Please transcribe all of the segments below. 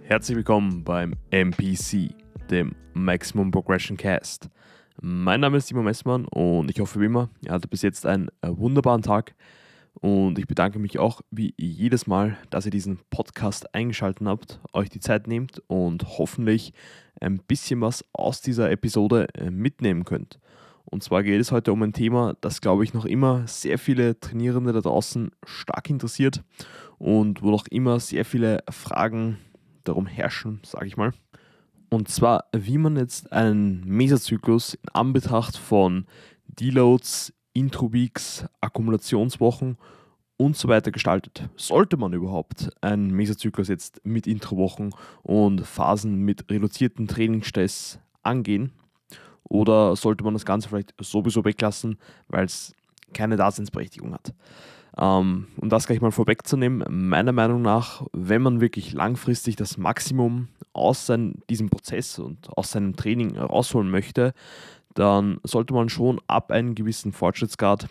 Herzlich willkommen beim MPC, dem Maximum Progression Cast. Mein Name ist Simon Messmann und ich hoffe wie immer, ihr hattet bis jetzt einen wunderbaren Tag und ich bedanke mich auch wie jedes Mal, dass ihr diesen Podcast eingeschaltet habt, euch die Zeit nehmt und hoffentlich ein bisschen was aus dieser Episode mitnehmen könnt. Und zwar geht es heute um ein Thema, das, glaube ich, noch immer sehr viele Trainierende da draußen stark interessiert und wo noch immer sehr viele Fragen darum herrschen, sage ich mal. Und zwar, wie man jetzt einen Mesozyklus in Anbetracht von Deloads, Intro-Weeks, Akkumulationswochen und so weiter gestaltet. Sollte man überhaupt einen Mesozyklus jetzt mit Introwochen und Phasen mit reduzierten Trainingsstress angehen? Oder sollte man das Ganze vielleicht sowieso weglassen, weil es keine Daseinsberechtigung hat? Um das gleich mal vorwegzunehmen, meiner Meinung nach, wenn man wirklich langfristig das Maximum aus diesem Prozess und aus seinem Training rausholen möchte, dann sollte man schon ab einem gewissen Fortschrittsgrad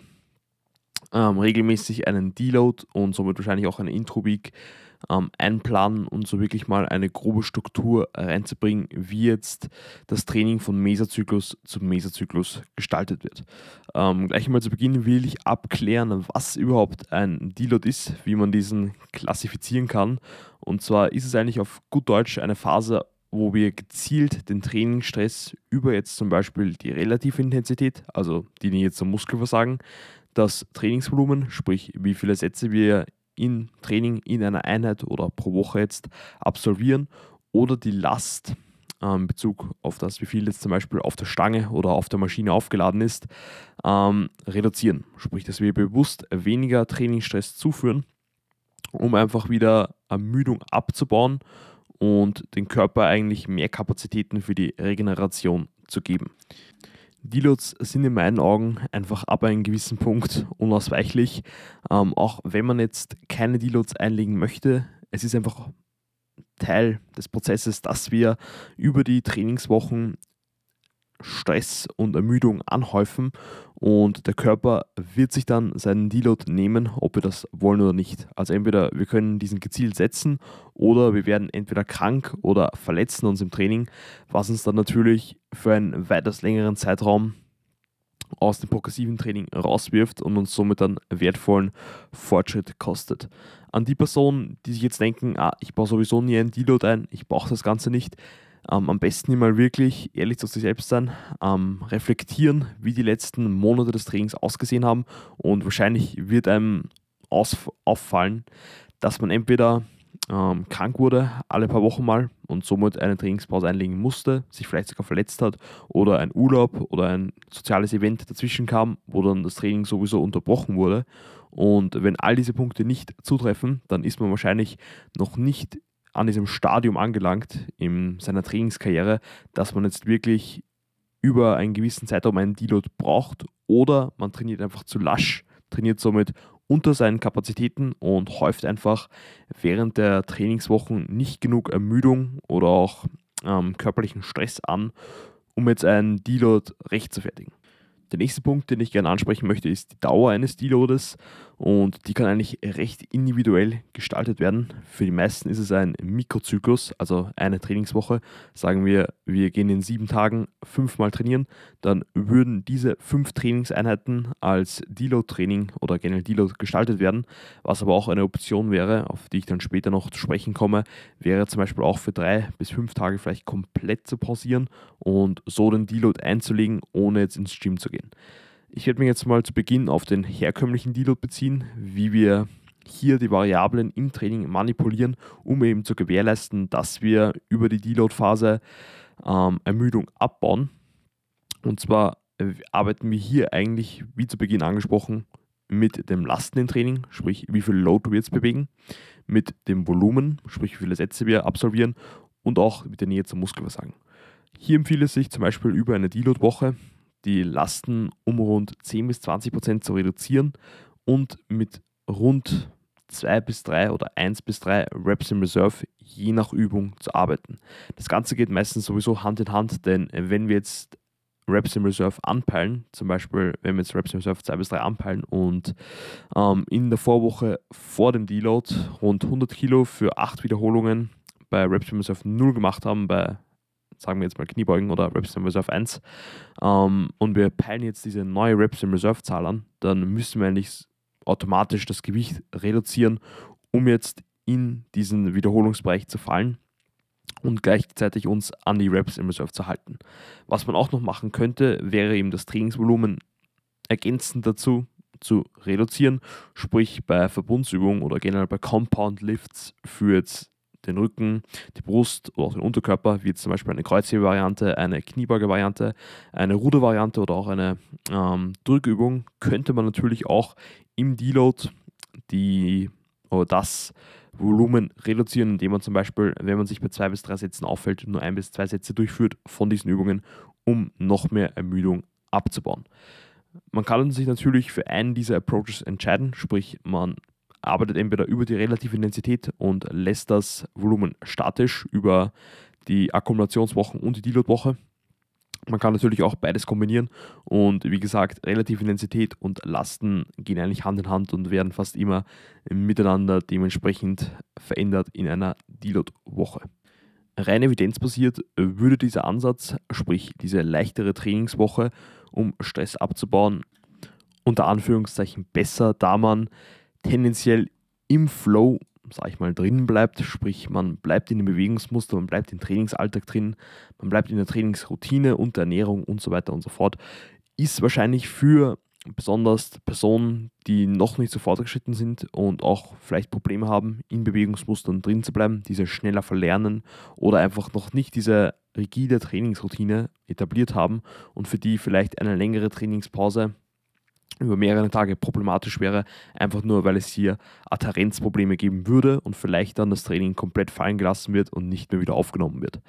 regelmäßig einen Deload und somit wahrscheinlich auch eine Intro-Week einplanen und so wirklich mal eine grobe Struktur reinzubringen, wie jetzt das Training von Mesozyklus zu Mesozyklus gestaltet wird. Gleich einmal zu Beginn will ich abklären, was überhaupt ein Deload ist, wie man diesen klassifizieren kann. Und zwar ist es eigentlich auf gut Deutsch eine Phase, wo wir gezielt den Trainingsstress über jetzt zum Beispiel die relative Intensität, also die jetzt zum Muskelversagen, das Trainingsvolumen, sprich wie viele Sätze wir im Training in einer Einheit oder pro Woche jetzt absolvieren, oder die Last in Bezug auf das, wie viel jetzt zum Beispiel auf der Stange oder auf der Maschine aufgeladen ist, reduzieren. Sprich, dass wir bewusst weniger Trainingsstress zuführen, um einfach wieder Ermüdung abzubauen und den Körper eigentlich mehr Kapazitäten für die Regeneration zu geben. Deloads sind in meinen Augen einfach ab einem gewissen Punkt unausweichlich. Auch wenn man jetzt keine Deloads einlegen möchte, es ist einfach Teil des Prozesses, dass wir über die Trainingswochen Stress und Ermüdung anhäufen und der Körper wird sich dann seinen Deload nehmen, ob wir das wollen oder nicht. Also entweder wir können diesen gezielt setzen oder wir werden entweder krank oder verletzen uns im Training, was uns dann natürlich für einen weitaus längeren Zeitraum aus dem progressiven Training rauswirft und uns somit dann wertvollen Fortschritt kostet. An die Personen, die sich jetzt denken, ich baue sowieso nie einen Deload ein, ich brauche das Ganze nicht, am besten mal wirklich ehrlich zu sich selbst sein, reflektieren, wie die letzten Monate des Trainings ausgesehen haben und wahrscheinlich wird einem auffallen, dass man entweder krank wurde, alle paar Wochen mal und somit eine Trainingspause einlegen musste, sich vielleicht sogar verletzt hat oder ein Urlaub oder ein soziales Event dazwischen kam, wo dann das Training sowieso unterbrochen wurde. Und wenn all diese Punkte nicht zutreffen, dann ist man wahrscheinlich noch nicht an diesem Stadium angelangt in seiner Trainingskarriere, dass man jetzt wirklich über einen gewissen Zeitraum einen Deload braucht, oder man trainiert einfach zu lasch, trainiert somit unter seinen Kapazitäten und häuft einfach während der Trainingswochen nicht genug Ermüdung oder auch körperlichen Stress an, um jetzt einen Deload rechtfertigen. Der nächste Punkt, den ich gerne ansprechen möchte, ist die Dauer eines Deloades, und die kann eigentlich recht individuell gestaltet werden. Für die meisten ist es ein Mikrozyklus, also eine Trainingswoche. Sagen wir, wir gehen in 7 Tagen 5-mal trainieren, dann würden diese 5 Trainingseinheiten als Deload-Training oder generell Deload gestaltet werden. Was aber auch eine Option wäre, auf die ich dann später noch zu sprechen komme, wäre zum Beispiel auch für 3 bis 5 Tage vielleicht komplett zu pausieren und so den Deload einzulegen, ohne jetzt ins Gym zu gehen. Ich werde mich jetzt mal zu Beginn auf den herkömmlichen Deload beziehen, wie wir hier die Variablen im Training manipulieren, um eben zu gewährleisten, dass wir über die Deload-Phase Ermüdung abbauen. Und zwar arbeiten wir hier eigentlich, wie zu Beginn angesprochen, mit dem Lasten im Training, sprich wie viel Load wir jetzt bewegen, mit dem Volumen, sprich wie viele Sätze wir absolvieren, und auch mit der Nähe zum Muskelversagen. Hier empfiehlt es sich zum Beispiel über eine Deload-Woche die Lasten um rund 10-20% zu reduzieren und mit rund 2 bis 3 oder 1 bis 3 Reps in Reserve je nach Übung zu arbeiten. Das Ganze geht meistens sowieso Hand in Hand, denn wenn wir jetzt Reps in Reserve anpeilen, zum Beispiel wenn wir jetzt Reps in Reserve 2 bis 3 anpeilen und in der Vorwoche vor dem Deload rund 100 Kilo für 8 Wiederholungen bei Reps in Reserve 0 gemacht haben, bei, sagen wir jetzt mal Kniebeugen oder Reps in Reserve 1, und wir peilen jetzt diese neue Reps in Reserve Zahl an, dann müssen wir eigentlich automatisch das Gewicht reduzieren, um jetzt in diesen Wiederholungsbereich zu fallen und gleichzeitig uns an die Reps in Reserve zu halten. Was man auch noch machen könnte, wäre eben das Trainingsvolumen ergänzend dazu zu reduzieren, sprich bei Verbundsübungen oder generell bei Compound Lifts für jetzt den Rücken, die Brust oder auch den Unterkörper, wie jetzt zum Beispiel eine Kreuzhebe-Variante, eine Kniebeuge-Variante, eine Ruder-Variante oder auch eine Drückübung, könnte man natürlich auch im Deload das Volumen reduzieren, indem man zum Beispiel, wenn man sich bei 2 bis 3 Sätzen auffällt, nur 1 bis 2 Sätze durchführt von diesen Übungen, um noch mehr Ermüdung abzubauen. Man kann sich natürlich für einen dieser Approaches entscheiden, sprich man arbeitet entweder über die relative Intensität und lässt das Volumen statisch über die Akkumulationswochen und die Deload-Woche. Man kann natürlich auch beides kombinieren und wie gesagt, relative Intensität und Lasten gehen eigentlich Hand in Hand und werden fast immer miteinander dementsprechend verändert in einer Deload-Woche. Rein evidenzbasiert würde dieser Ansatz, sprich diese leichtere Trainingswoche, um Stress abzubauen, unter Anführungszeichen besser, da man tendenziell im Flow, sag ich mal, drin bleibt, sprich man bleibt in dem Bewegungsmuster, man bleibt im Trainingsalltag drin, man bleibt in der Trainingsroutine und der Ernährung und so weiter und so fort, ist wahrscheinlich für besonders Personen, die noch nicht so fortgeschritten sind und auch vielleicht Probleme haben, in Bewegungsmustern drin zu bleiben, diese schneller verlernen oder einfach noch nicht diese rigide Trainingsroutine etabliert haben und für die vielleicht eine längere Trainingspause über mehrere Tage problematisch wäre, einfach nur, weil es hier Adhärenzprobleme geben würde und vielleicht dann das Training komplett fallen gelassen wird und nicht mehr wieder aufgenommen wird.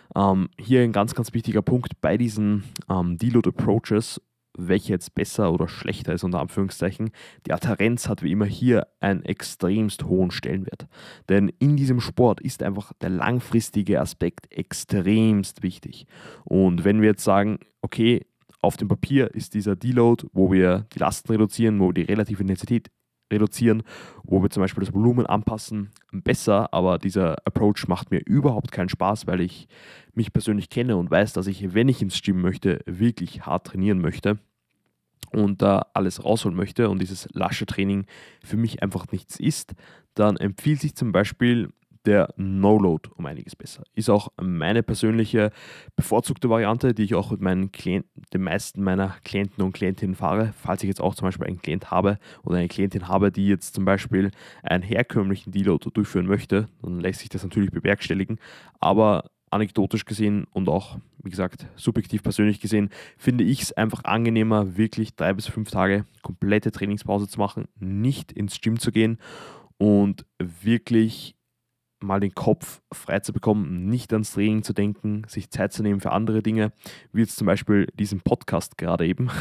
Hier ein ganz, ganz wichtiger Punkt bei diesen Deload Approaches, welche jetzt besser oder schlechter ist, unter Anführungszeichen. Die Adhärenz hat wie immer hier einen extremst hohen Stellenwert. Denn in diesem Sport ist einfach der langfristige Aspekt extremst wichtig. Und wenn wir jetzt sagen, okay, auf dem Papier ist dieser Deload, wo wir die Lasten reduzieren, wo wir die relative Intensität reduzieren, wo wir zum Beispiel das Volumen anpassen, besser, aber dieser Approach macht mir überhaupt keinen Spaß, weil ich mich persönlich kenne und weiß, dass ich, wenn ich ins Gym möchte, wirklich hart trainieren möchte und da alles rausholen möchte und dieses lasche Training für mich einfach nichts ist, dann empfiehlt sich zum Beispiel der No-Load um einiges besser. Ist auch meine persönliche bevorzugte Variante, die ich auch mit meinen Klienten, den meisten meiner Klienten und Klientinnen fahre. Falls ich jetzt auch zum Beispiel einen Klient habe oder eine Klientin habe, die jetzt zum Beispiel einen herkömmlichen Deload durchführen möchte, dann lässt sich das natürlich bewerkstelligen. Aber anekdotisch gesehen und auch, wie gesagt, subjektiv persönlich gesehen, finde ich es einfach angenehmer, wirklich 3 bis 5 Tage komplette Trainingspause zu machen, nicht ins Gym zu gehen und wirklich mal den Kopf frei zu bekommen, nicht ans Training zu denken, sich Zeit zu nehmen für andere Dinge, wie jetzt zum Beispiel diesen Podcast gerade eben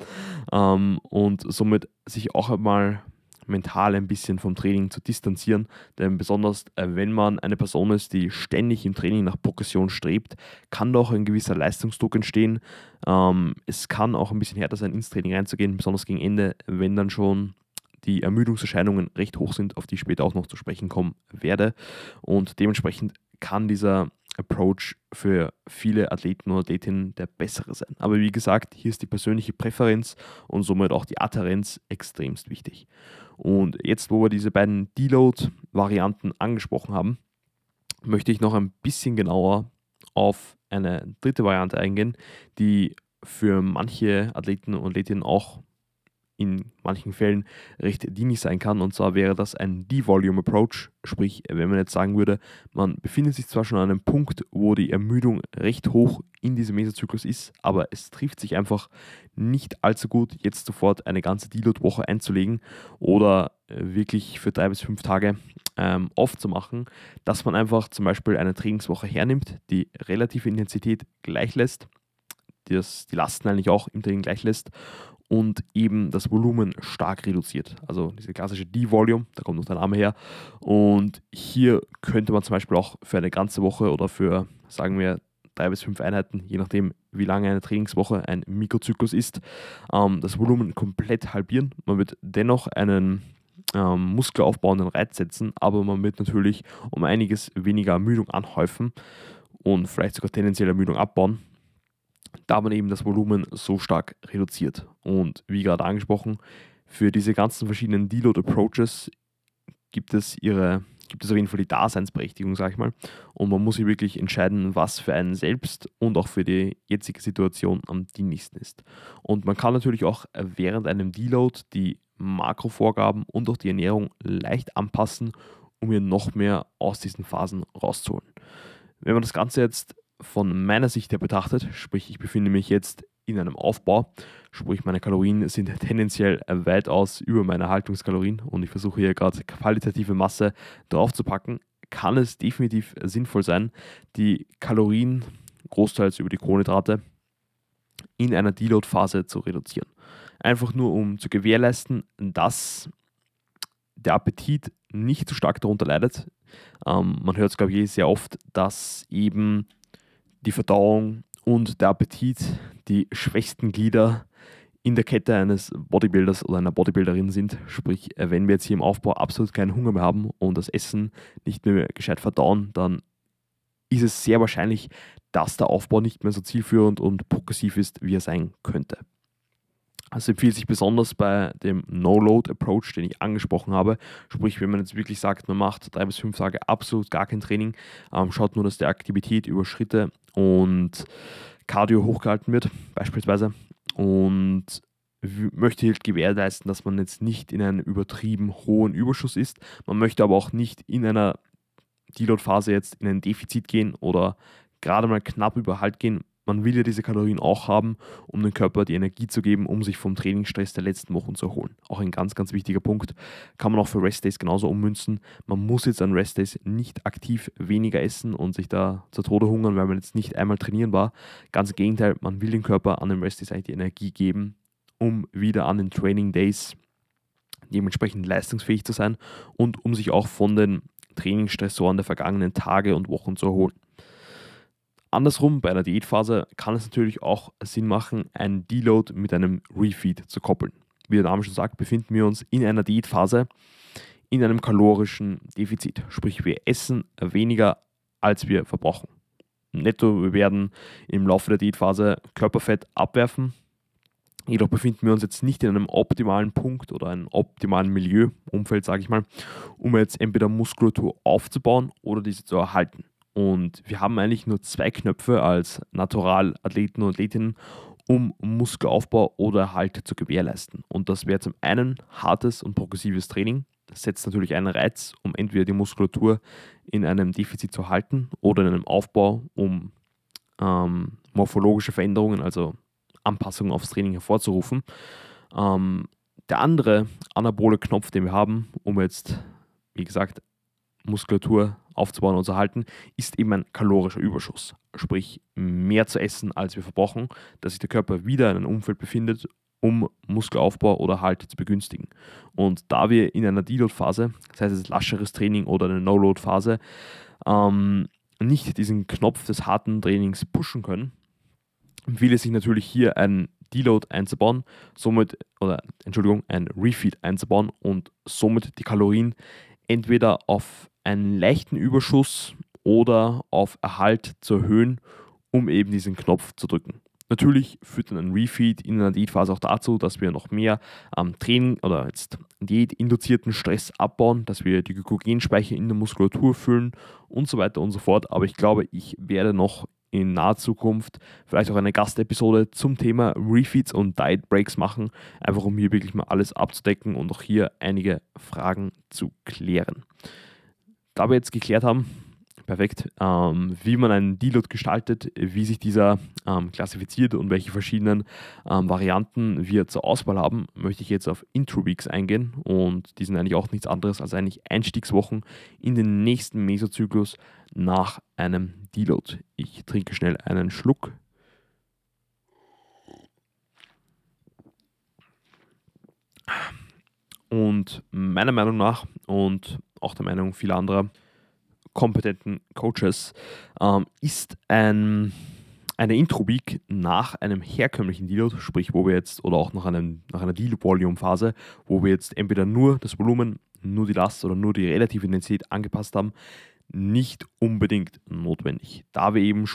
und somit sich auch einmal mental ein bisschen vom Training zu distanzieren, denn besonders wenn man eine Person ist, die ständig im Training nach Progression strebt, kann doch ein gewisser Leistungsdruck entstehen. Es kann auch ein bisschen härter sein, ins Training reinzugehen, besonders gegen Ende, wenn dann schon die Ermüdungserscheinungen recht hoch sind, auf die ich später auch noch zu sprechen kommen werde. Und dementsprechend kann dieser Approach für viele Athleten und Athletinnen der bessere sein. Aber wie gesagt, hier ist die persönliche Präferenz und somit auch die Adhärenz extremst wichtig. Und jetzt, wo wir diese beiden Deload-Varianten angesprochen haben, möchte ich noch ein bisschen genauer auf eine dritte Variante eingehen, die für manche Athleten und Athletinnen auch in manchen Fällen recht dienlich sein kann. Und zwar wäre das ein Devolume Approach, sprich, wenn man jetzt sagen würde, man befindet sich zwar schon an einem Punkt, wo die Ermüdung recht hoch in diesem Mesozyklus ist, aber es trifft sich einfach nicht allzu gut, jetzt sofort eine ganze Deload-Woche einzulegen oder wirklich für 3 bis 5 Tage aufzumachen, dass man einfach zum Beispiel eine Trainingswoche hernimmt, die relative Intensität gleich lässt, die Lasten eigentlich auch im Training gleich lässt und eben das Volumen stark reduziert. Also diese klassische D-Volume, da kommt noch der Name her. Und hier könnte man zum Beispiel auch für eine ganze Woche oder für, sagen wir, 3 bis 5 Einheiten, je nachdem, wie lange eine Trainingswoche ein Mikrozyklus ist, das Volumen komplett halbieren. Man wird dennoch einen muskelaufbauenden Reiz setzen, aber man wird natürlich um einiges weniger Ermüdung anhäufen und vielleicht sogar tendenziell Ermüdung abbauen, da man eben das Volumen so stark reduziert. Und wie gerade angesprochen, für diese ganzen verschiedenen Deload-Approaches gibt es auf jeden Fall die Daseinsberechtigung, sage ich mal. Und man muss sich wirklich entscheiden, was für einen selbst und auch für die jetzige Situation am dienlichsten ist. Und man kann natürlich auch während einem Deload die Makrovorgaben und auch die Ernährung leicht anpassen, um hier noch mehr aus diesen Phasen rauszuholen. Wenn man das Ganze jetzt von meiner Sicht her betrachtet, sprich ich befinde mich jetzt in einem Aufbau, sprich meine Kalorien sind tendenziell weitaus über meine Haltungskalorien und ich versuche hier gerade qualitative Masse draufzupacken, kann es definitiv sinnvoll sein, die Kalorien großteils über die Kohlenhydrate in einer Deload-Phase zu reduzieren. Einfach nur um zu gewährleisten, dass der Appetit nicht zu stark darunter leidet. Man hört es, glaube ich, sehr oft, dass eben die Verdauung und der Appetit die schwächsten Glieder in der Kette eines Bodybuilders oder einer Bodybuilderin sind. Sprich, wenn wir jetzt hier im Aufbau absolut keinen Hunger mehr haben und das Essen nicht mehr gescheit verdauen, dann ist es sehr wahrscheinlich, dass der Aufbau nicht mehr so zielführend und progressiv ist, wie er sein könnte. Es empfiehlt sich besonders bei dem No-Load-Approach, den ich angesprochen habe. Sprich, wenn man jetzt wirklich sagt, man macht 3 bis 5 Tage absolut gar kein Training, schaut nur, dass die Aktivität über Schritte und Cardio hochgehalten wird, beispielsweise. Und möchte halt gewährleisten, dass man jetzt nicht in einem übertrieben hohen Überschuss ist. Man möchte aber auch nicht in einer Deload-Phase jetzt in ein Defizit gehen oder gerade mal knapp über Halt gehen. Man will ja diese Kalorien auch haben, um dem Körper die Energie zu geben, um sich vom Trainingsstress der letzten Wochen zu erholen. Auch ein ganz, ganz wichtiger Punkt. Kann man auch für Restdays genauso ummünzen. Man muss jetzt an Restdays nicht aktiv weniger essen und sich da zu Tode hungern, weil man jetzt nicht einmal trainieren war. Ganz im Gegenteil, man will dem Körper an den Restdays eigentlich die Energie geben, um wieder an den Training Days dementsprechend leistungsfähig zu sein und um sich auch von den Trainingsstressoren der vergangenen Tage und Wochen zu erholen. Andersrum, bei einer Diätphase kann es natürlich auch Sinn machen, einen Deload mit einem Refeed zu koppeln. Wie der Name schon sagt, befinden wir uns in einer Diätphase in einem kalorischen Defizit. Sprich, wir essen weniger, als wir verbrauchen. Netto, wir werden im Laufe der Diätphase Körperfett abwerfen. Jedoch befinden wir uns jetzt nicht in einem optimalen Punkt oder einem optimalen Milieuumfeld, sage ich mal, um jetzt entweder Muskulatur aufzubauen oder diese zu erhalten. Und wir haben eigentlich nur 2 Knöpfe als Naturalathleten und Athletinnen, um Muskelaufbau oder Erhalt zu gewährleisten. Und das wäre zum einen hartes und progressives Training. Das setzt natürlich einen Reiz, um entweder die Muskulatur in einem Defizit zu halten oder in einem Aufbau, um morphologische Veränderungen, also Anpassungen aufs Training hervorzurufen. Der andere anabole Knopf, den wir haben, um jetzt, wie gesagt, Muskulatur aufzubauen und zu halten, ist eben ein kalorischer Überschuss. Sprich, mehr zu essen, als wir verbrauchen, dass sich der Körper wieder in einem Umfeld befindet, um Muskelaufbau oder Halt zu begünstigen. Und da wir in einer Deload-Phase, das heißt es lascheres Training oder eine No-Load-Phase, nicht diesen Knopf des harten Trainings pushen können, empfiehlt es sich natürlich hier ein Deload einzubauen, ein Refeed einzubauen und somit die Kalorien entweder auf einen leichten Überschuss oder auf Erhalt zu erhöhen, um eben diesen Knopf zu drücken. Natürlich führt dann ein Refeed in einer Diätphase auch dazu, dass wir noch mehr Training oder jetzt diätinduzierten Stress abbauen, dass wir die Glykogenspeicher in der Muskulatur füllen und so weiter und so fort. Aber ich glaube, ich werde noch in naher Zukunft vielleicht auch eine Gastepisode zum Thema Refeeds und Diet Breaks machen, einfach um hier wirklich mal alles abzudecken und auch hier einige Fragen zu klären. Da wir jetzt geklärt haben, perfekt, wie man einen Deload gestaltet, wie sich dieser klassifiziert und welche verschiedenen Varianten wir zur Auswahl haben, möchte ich jetzt auf Intro-Weeks eingehen und die sind eigentlich auch nichts anderes als eigentlich Einstiegswochen in den nächsten Mesozyklus nach einem Deload. Ich trinke schnell einen Schluck. Und meiner Meinung nach und auch der Meinung vieler anderer kompetenten Coaches ist ein eine Intro-Week nach einem herkömmlichen Deload, sprich wo wir jetzt, oder auch nach einer Deload-Volume-Phase, wo wir jetzt entweder nur das Volumen, nur die Last oder nur die relative Intensität angepasst haben, nicht unbedingt notwendig. Da wir eben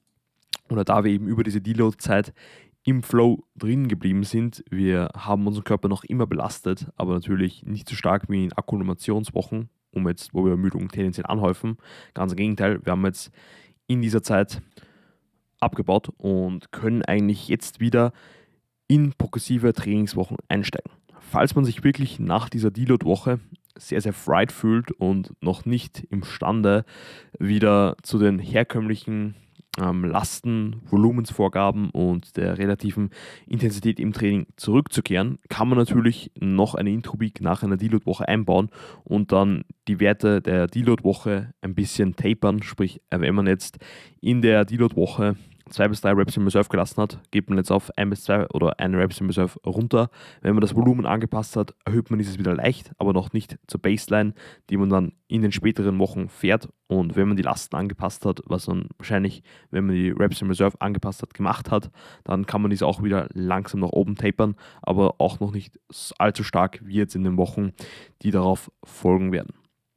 über diese Deload-Zeit im Flow drin geblieben sind, wir haben unseren Körper noch immer belastet, aber natürlich nicht so stark wie in Akkumulationswochen, wo wir Ermüdung tendenziell anhäufen. Ganz im Gegenteil, wir haben jetzt in dieser Zeit abgebaut und können eigentlich jetzt wieder in progressive Trainingswochen einsteigen. Falls man sich wirklich nach dieser Deload-Woche sehr, sehr fried fühlt und noch nicht imstande wieder zu den herkömmlichen Lasten, Volumensvorgaben und der relativen Intensität im Training zurückzukehren, kann man natürlich noch eine Intro-Week nach einer Deload-Woche einbauen und dann die Werte der Deload-Woche ein bisschen tapern. Sprich, wenn man jetzt in der Deload-Woche 2 bis 3 Reps in Reserve gelassen hat, geht man jetzt auf 1 bis 2 oder 1 Reps in Reserve runter. Wenn man das Volumen angepasst hat, erhöht man dieses wieder leicht, aber noch nicht zur Baseline, die man dann in den späteren Wochen fährt. Und wenn man die Lasten angepasst hat, was man wahrscheinlich, wenn man die Reps in Reserve angepasst hat, gemacht hat, dann kann man diese auch wieder langsam nach oben tapern, aber auch noch nicht allzu stark wie jetzt in den Wochen, die darauf folgen werden.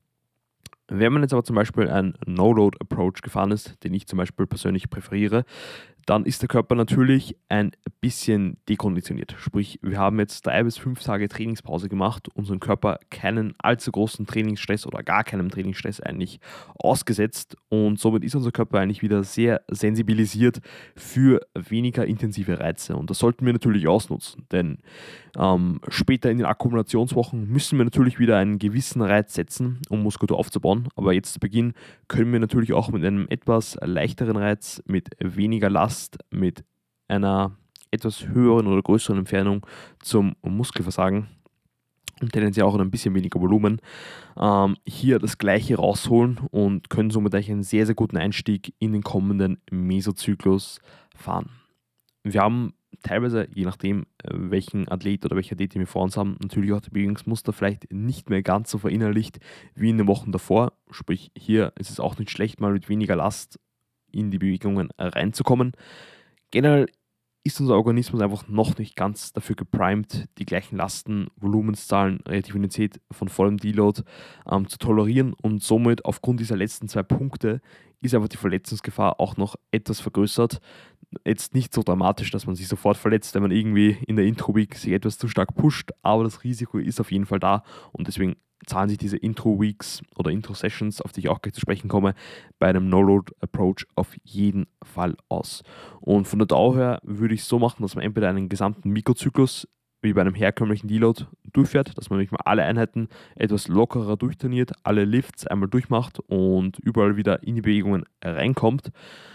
Wenn man jetzt aber zum Beispiel einen No-Load-Approach gefahren ist, den ich zum Beispiel persönlich präferiere, dann ist der Körper natürlich ein bisschen dekonditioniert. Sprich, wir haben jetzt 3 bis 5 Tage Trainingspause gemacht, unseren Körper keinen allzu großen Trainingsstress oder gar keinem Trainingsstress eigentlich ausgesetzt und somit ist unser Körper eigentlich wieder sehr sensibilisiert für weniger intensive Reize und das sollten wir natürlich ausnutzen, denn später in den Akkumulationswochen müssen wir natürlich wieder einen gewissen Reiz setzen, um Muskulatur aufzubauen, aber jetzt zu Beginn können wir natürlich auch mit einem etwas leichteren Reiz, mit weniger Last, mit einer etwas höheren oder größeren Entfernung zum Muskelversagen und tendenziell auch ein bisschen weniger Volumen, hier das Gleiche rausholen und können somit eigentlich einen sehr, sehr guten Einstieg in den kommenden Mesozyklus fahren. Wir haben teilweise, je nachdem, welchen Athlet oder welche Athletin wir vor uns haben, natürlich auch die Bewegungsmuster vielleicht nicht mehr ganz so verinnerlicht wie in den Wochen davor. Sprich, hier ist es auch nicht schlecht, mal mit weniger Last in die Bewegungen reinzukommen. Generell ist unser Organismus einfach noch nicht ganz dafür geprimed, die gleichen Lasten, Volumenszahlen, relative Intensität von vollem Deload zu tolerieren und somit aufgrund dieser letzten 2 Punkte ist einfach die Verletzungsgefahr auch noch etwas vergrößert. Jetzt nicht so dramatisch, dass man sich sofort verletzt, wenn man irgendwie in der Intro-Week sich etwas zu stark pusht, aber das Risiko ist auf jeden Fall da und deswegen zahlen sich diese Intro-Weeks oder Intro-Sessions, auf die ich auch gleich zu sprechen komme, bei einem No-Load-Approach auf jeden Fall aus. Und von der Dauer her würde ich es so machen, dass man entweder einen gesamten Mikrozyklus wie bei einem herkömmlichen Deload durchfährt, dass man wirklich mal alle Einheiten etwas lockerer durchtrainiert, alle Lifts einmal durchmacht und überall wieder in die Bewegungen reinkommt.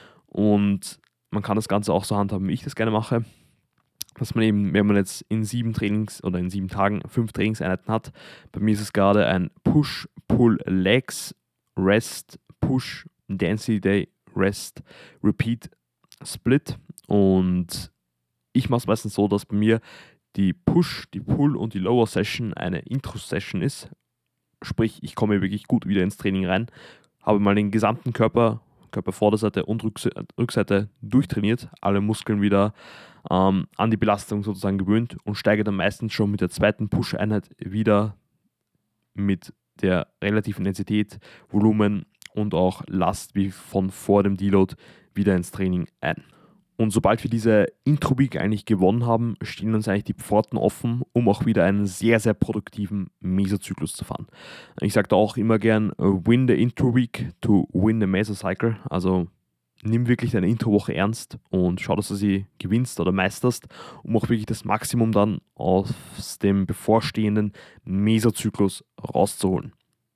Und man kann das Ganze auch so handhaben, wie ich das gerne mache, dass man eben, wenn man jetzt in 7 Tagen 5 Trainingseinheiten hat, bei mir ist es gerade ein Push, Pull, Legs, Rest, Push, Density Day, Rest, Repeat, Split und ich mache es meistens so, dass bei mir die Push, die Pull und die Lower Session eine Intro-Session ist, sprich ich komme wirklich gut wieder ins Training rein, habe mal den gesamten Körpervorderseite und Rückseite durchtrainiert, alle Muskeln wieder an die Belastung sozusagen gewöhnt und steige dann meistens schon mit der zweiten Push-Einheit wieder mit der relativen Intensität, Volumen und auch Last wie von vor dem Deload wieder ins Training ein. Und sobald wir diese Intro-Week eigentlich gewonnen haben, stehen uns eigentlich die Pforten offen, um auch wieder einen sehr, sehr produktiven Mesozyklus zu fahren. Ich sage da auch immer gern, win the Intro-Week to win the Mesocycle. Also nimm wirklich deine Intro-Woche ernst und schau, dass du sie gewinnst oder meisterst, um auch wirklich das Maximum dann aus dem bevorstehenden Mesozyklus rauszuholen.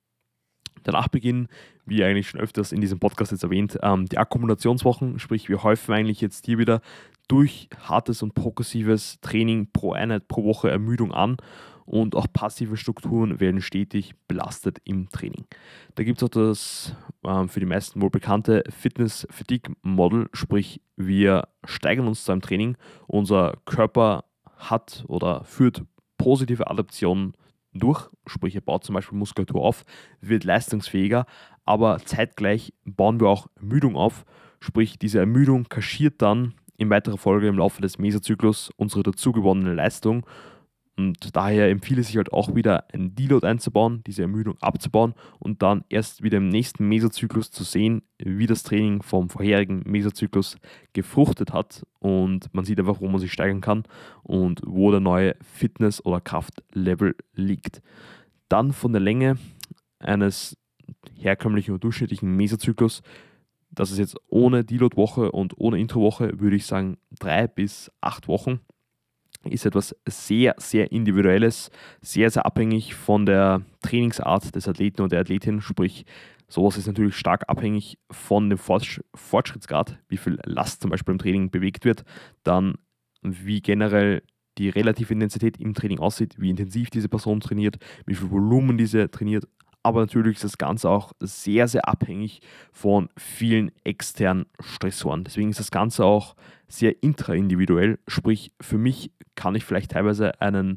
Danach beginnen, wie eigentlich schon öfters in diesem Podcast jetzt erwähnt, die Akkumulationswochen, sprich wir häufen eigentlich jetzt hier wieder durch hartes und progressives Training pro Einheit pro Woche Ermüdung an und auch passive Strukturen werden stetig belastet im Training. Da gibt es auch das für die meisten wohl bekannte Fitness-Fatigue-Model, sprich wir steigern uns zu einem Training, unser Körper hat oder führt positive Adaptionen durch, sprich er baut zum Beispiel Muskulatur auf, wird leistungsfähiger, aber zeitgleich bauen wir auch Ermüdung auf, Sprich, diese Ermüdung kaschiert dann in weiterer Folge im Laufe des Mesozyklus unsere dazugewonnene Leistung. Und daher empfiehlt es sich halt auch wieder, einen Deload einzubauen, diese Ermüdung abzubauen und dann erst wieder im nächsten Mesozyklus zu sehen, wie das Training vom vorherigen Mesozyklus gefruchtet hat. Und man sieht einfach, wo man sich steigern kann und wo der neue Fitness- oder Kraftlevel liegt. Dann von der Länge eines herkömmlichen oder durchschnittlichen Mesozyklus, das ist jetzt ohne Deload-Woche und ohne Intro-Woche, würde ich sagen 3 bis 8 Wochen. Ist etwas sehr, sehr Individuelles, sehr, sehr abhängig von der Trainingsart des Athleten oder der Athletin. Sprich, sowas ist natürlich stark abhängig von dem Fortschrittsgrad, wie viel Last zum Beispiel im Training bewegt wird, dann wie generell die relative Intensität im Training aussieht, wie intensiv diese Person trainiert, wie viel Volumen diese trainiert. Aber natürlich ist das Ganze auch sehr, sehr abhängig von vielen externen Stressoren. Deswegen ist das Ganze auch sehr intraindividuell. Sprich, für mich kann ich vielleicht teilweise einen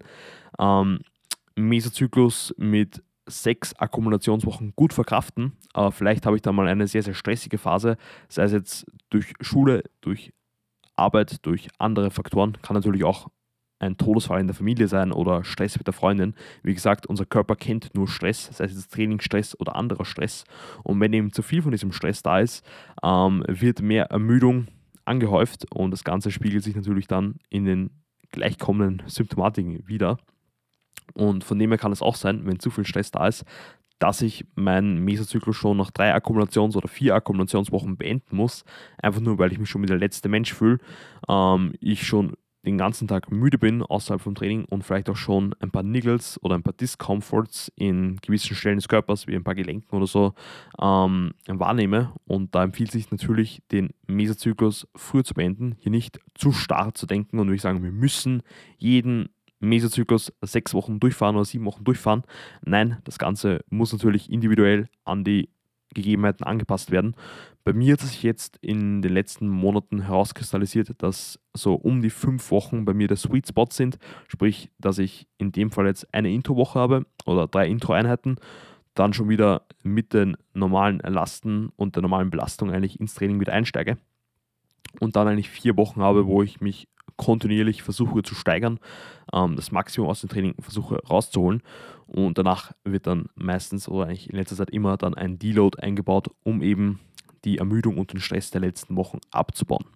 Mesozyklus mit 6 Akkumulationswochen gut verkraften, aber vielleicht habe ich dann mal eine sehr, sehr stressige Phase, sei es jetzt durch Schule, durch Arbeit, durch andere Faktoren, kann natürlich auch ein Todesfall in der Familie sein oder Stress mit der Freundin. Wie gesagt, unser Körper kennt nur Stress, sei es jetzt Trainingsstress oder anderer Stress. Und wenn eben zu viel von diesem Stress da ist, wird mehr Ermüdung angehäuft und das Ganze spiegelt sich natürlich dann in den gleichkommenden Symptomatiken wieder. Und von dem her kann es auch sein, wenn zu viel Stress da ist, dass ich meinen Mesozyklus schon nach 3 oder 4 Akkumulationswochen beenden muss, einfach nur, weil ich mich schon wie der letzte Mensch fühle, ich schon den ganzen Tag müde bin außerhalb vom Training und vielleicht auch schon ein paar Niggles oder ein paar Discomforts in gewissen Stellen des Körpers, wie ein paar Gelenken oder so, wahrnehme. Und da empfiehlt sich natürlich, den Mesozyklus früher zu beenden, hier nicht zu starr zu denken und würde ich sagen, wir müssen jeden Mesozyklus 6 Wochen durchfahren oder 7 Wochen durchfahren. Nein, das Ganze muss natürlich individuell an die Gegebenheiten angepasst werden. Bei mir hat es sich jetzt in den letzten Monaten herauskristallisiert, dass so um die 5 Wochen bei mir der Sweet Spot sind. Sprich, dass ich in dem Fall jetzt eine Intro-Woche habe oder 3 Intro-Einheiten, dann schon wieder mit den normalen Lasten und der normalen Belastung eigentlich ins Training wieder einsteige und dann eigentlich 4 Wochen habe, wo ich mich kontinuierlich versuche zu steigern, das Maximum aus dem Training versuche rauszuholen und danach wird dann meistens oder eigentlich in letzter Zeit immer dann ein Deload eingebaut, um eben die Ermüdung und den Stress der letzten Wochen abzubauen.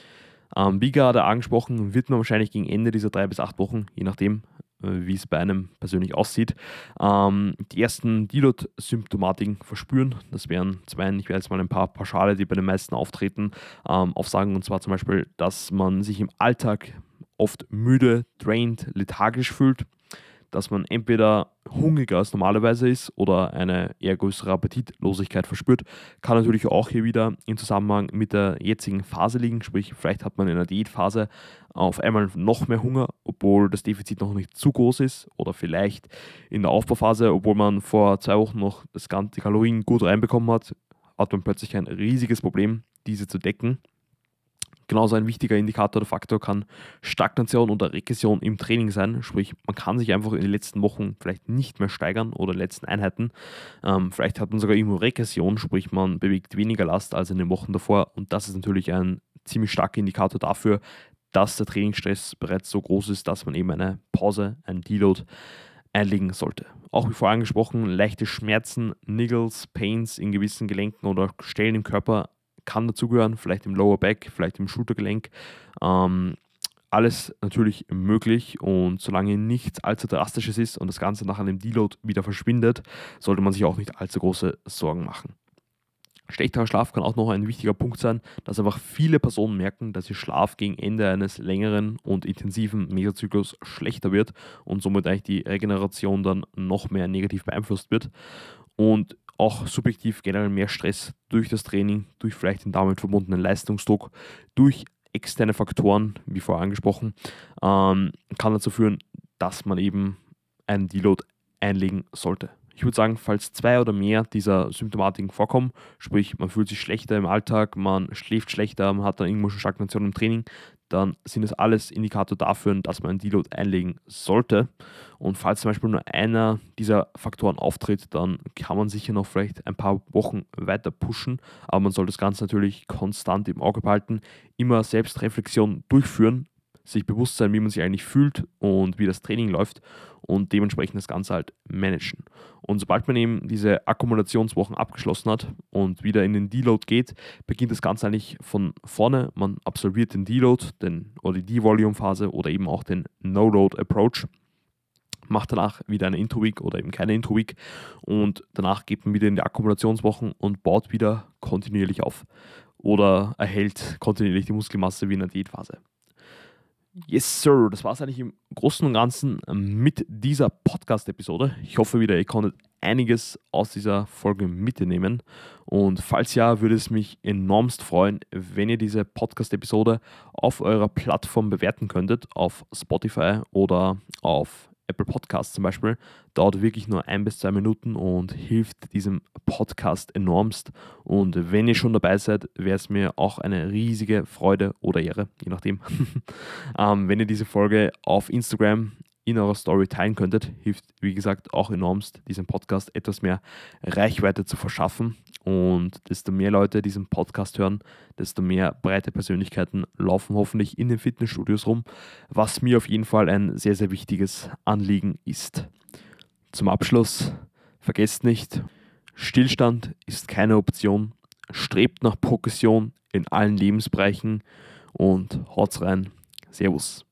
Wie gerade angesprochen, wird man wahrscheinlich gegen Ende dieser 3 bis 8 Wochen, je nachdem, wie es bei einem persönlich aussieht, die ersten Deload-Symptomatiken verspüren. Das wären ich werde jetzt mal ein paar Pauschale, die bei den meisten auftreten, aufsagen. Und zwar zum Beispiel, dass man sich im Alltag oft müde, drained, lethargisch fühlt, dass man entweder hungriger als normalerweise ist oder eine eher größere Appetitlosigkeit verspürt. Kann natürlich auch hier wieder im Zusammenhang mit der jetzigen Phase liegen, sprich vielleicht hat man in einer Diätphase auf einmal noch mehr Hunger, obwohl das Defizit noch nicht zu groß ist, oder vielleicht in der Aufbauphase, obwohl man vor 2 Wochen noch die Kalorien gut reinbekommen hat, hat man plötzlich ein riesiges Problem, diese zu decken. Genauso ein wichtiger Indikator oder Faktor kann Stagnation oder Regression im Training sein. Sprich, man kann sich einfach in den letzten Wochen vielleicht nicht mehr steigern oder in den letzten Einheiten. Vielleicht hat man sogar irgendwo Regression, sprich man bewegt weniger Last als in den Wochen davor. Und das ist natürlich ein ziemlich starker Indikator dafür, dass der Trainingsstress bereits so groß ist, dass man eben eine Pause, einen Deload einlegen sollte. Auch wie vorher angesprochen, leichte Schmerzen, Niggles, Pains in gewissen Gelenken oder Stellen im Körper kann dazugehören, vielleicht im Lower Back, vielleicht im Schultergelenk. Alles natürlich möglich und solange nichts allzu Drastisches ist und das Ganze nach einem Deload wieder verschwindet, sollte man sich auch nicht allzu große Sorgen machen. Schlechterer Schlaf kann auch noch ein wichtiger Punkt sein, dass einfach viele Personen merken, dass ihr Schlaf gegen Ende eines längeren und intensiven Mesozyklus schlechter wird und somit eigentlich die Regeneration dann noch mehr negativ beeinflusst wird. Und auch subjektiv generell mehr Stress durch das Training, durch vielleicht den damit verbundenen Leistungsdruck, durch externe Faktoren, wie vorher angesprochen, kann dazu führen, dass man eben einen Deload einlegen sollte. Ich würde sagen, falls 2 oder mehr dieser Symptomatiken vorkommen, sprich man fühlt sich schlechter im Alltag, man schläft schlechter, man hat dann irgendwo schon Stagnation im Training, dann sind es alles Indikator dafür, dass man einen Deload einlegen sollte. Und falls zum Beispiel nur einer dieser Faktoren auftritt, dann kann man sicher noch vielleicht ein paar Wochen weiter pushen, aber man soll das Ganze natürlich konstant im Auge behalten, immer Selbstreflexion durchführen, sich bewusst sein, wie man sich eigentlich fühlt und wie das Training läuft und dementsprechend das Ganze halt managen. Und sobald man eben diese Akkumulationswochen abgeschlossen hat und wieder in den Deload geht, beginnt das Ganze eigentlich von vorne. Man absolviert den Deload oder die Devolume-Phase oder eben auch den No-Load-Approach, macht danach wieder eine Intro-Week oder eben keine Intro-Week und danach geht man wieder in die Akkumulationswochen und baut wieder kontinuierlich auf oder erhält kontinuierlich die Muskelmasse wie in der Diätphase. Yes, Sir. Das war es eigentlich im Großen und Ganzen mit dieser Podcast-Episode. Ich hoffe wieder, ihr konntet einiges aus dieser Folge mitnehmen. Und falls ja, würde es mich enormst freuen, wenn ihr diese Podcast-Episode auf eurer Plattform bewerten könntet, auf Spotify oder auf Apple Podcasts zum Beispiel. Dauert wirklich nur 1 bis 2 Minuten und hilft diesem Podcast enormst. Und wenn ihr schon dabei seid, wäre es mir auch eine riesige Freude oder Ehre, je nachdem, wenn ihr diese Folge auf Instagram in eurer Story teilen könntet. Hilft, wie gesagt, auch enormst, diesem Podcast etwas mehr Reichweite zu verschaffen. Und desto mehr Leute diesen Podcast hören, desto mehr breite Persönlichkeiten laufen hoffentlich in den Fitnessstudios rum, was mir auf jeden Fall ein sehr, sehr wichtiges Anliegen ist. Zum Abschluss, vergesst nicht, Stillstand ist keine Option. Strebt nach Progression in allen Lebensbereichen und haut's rein. Servus.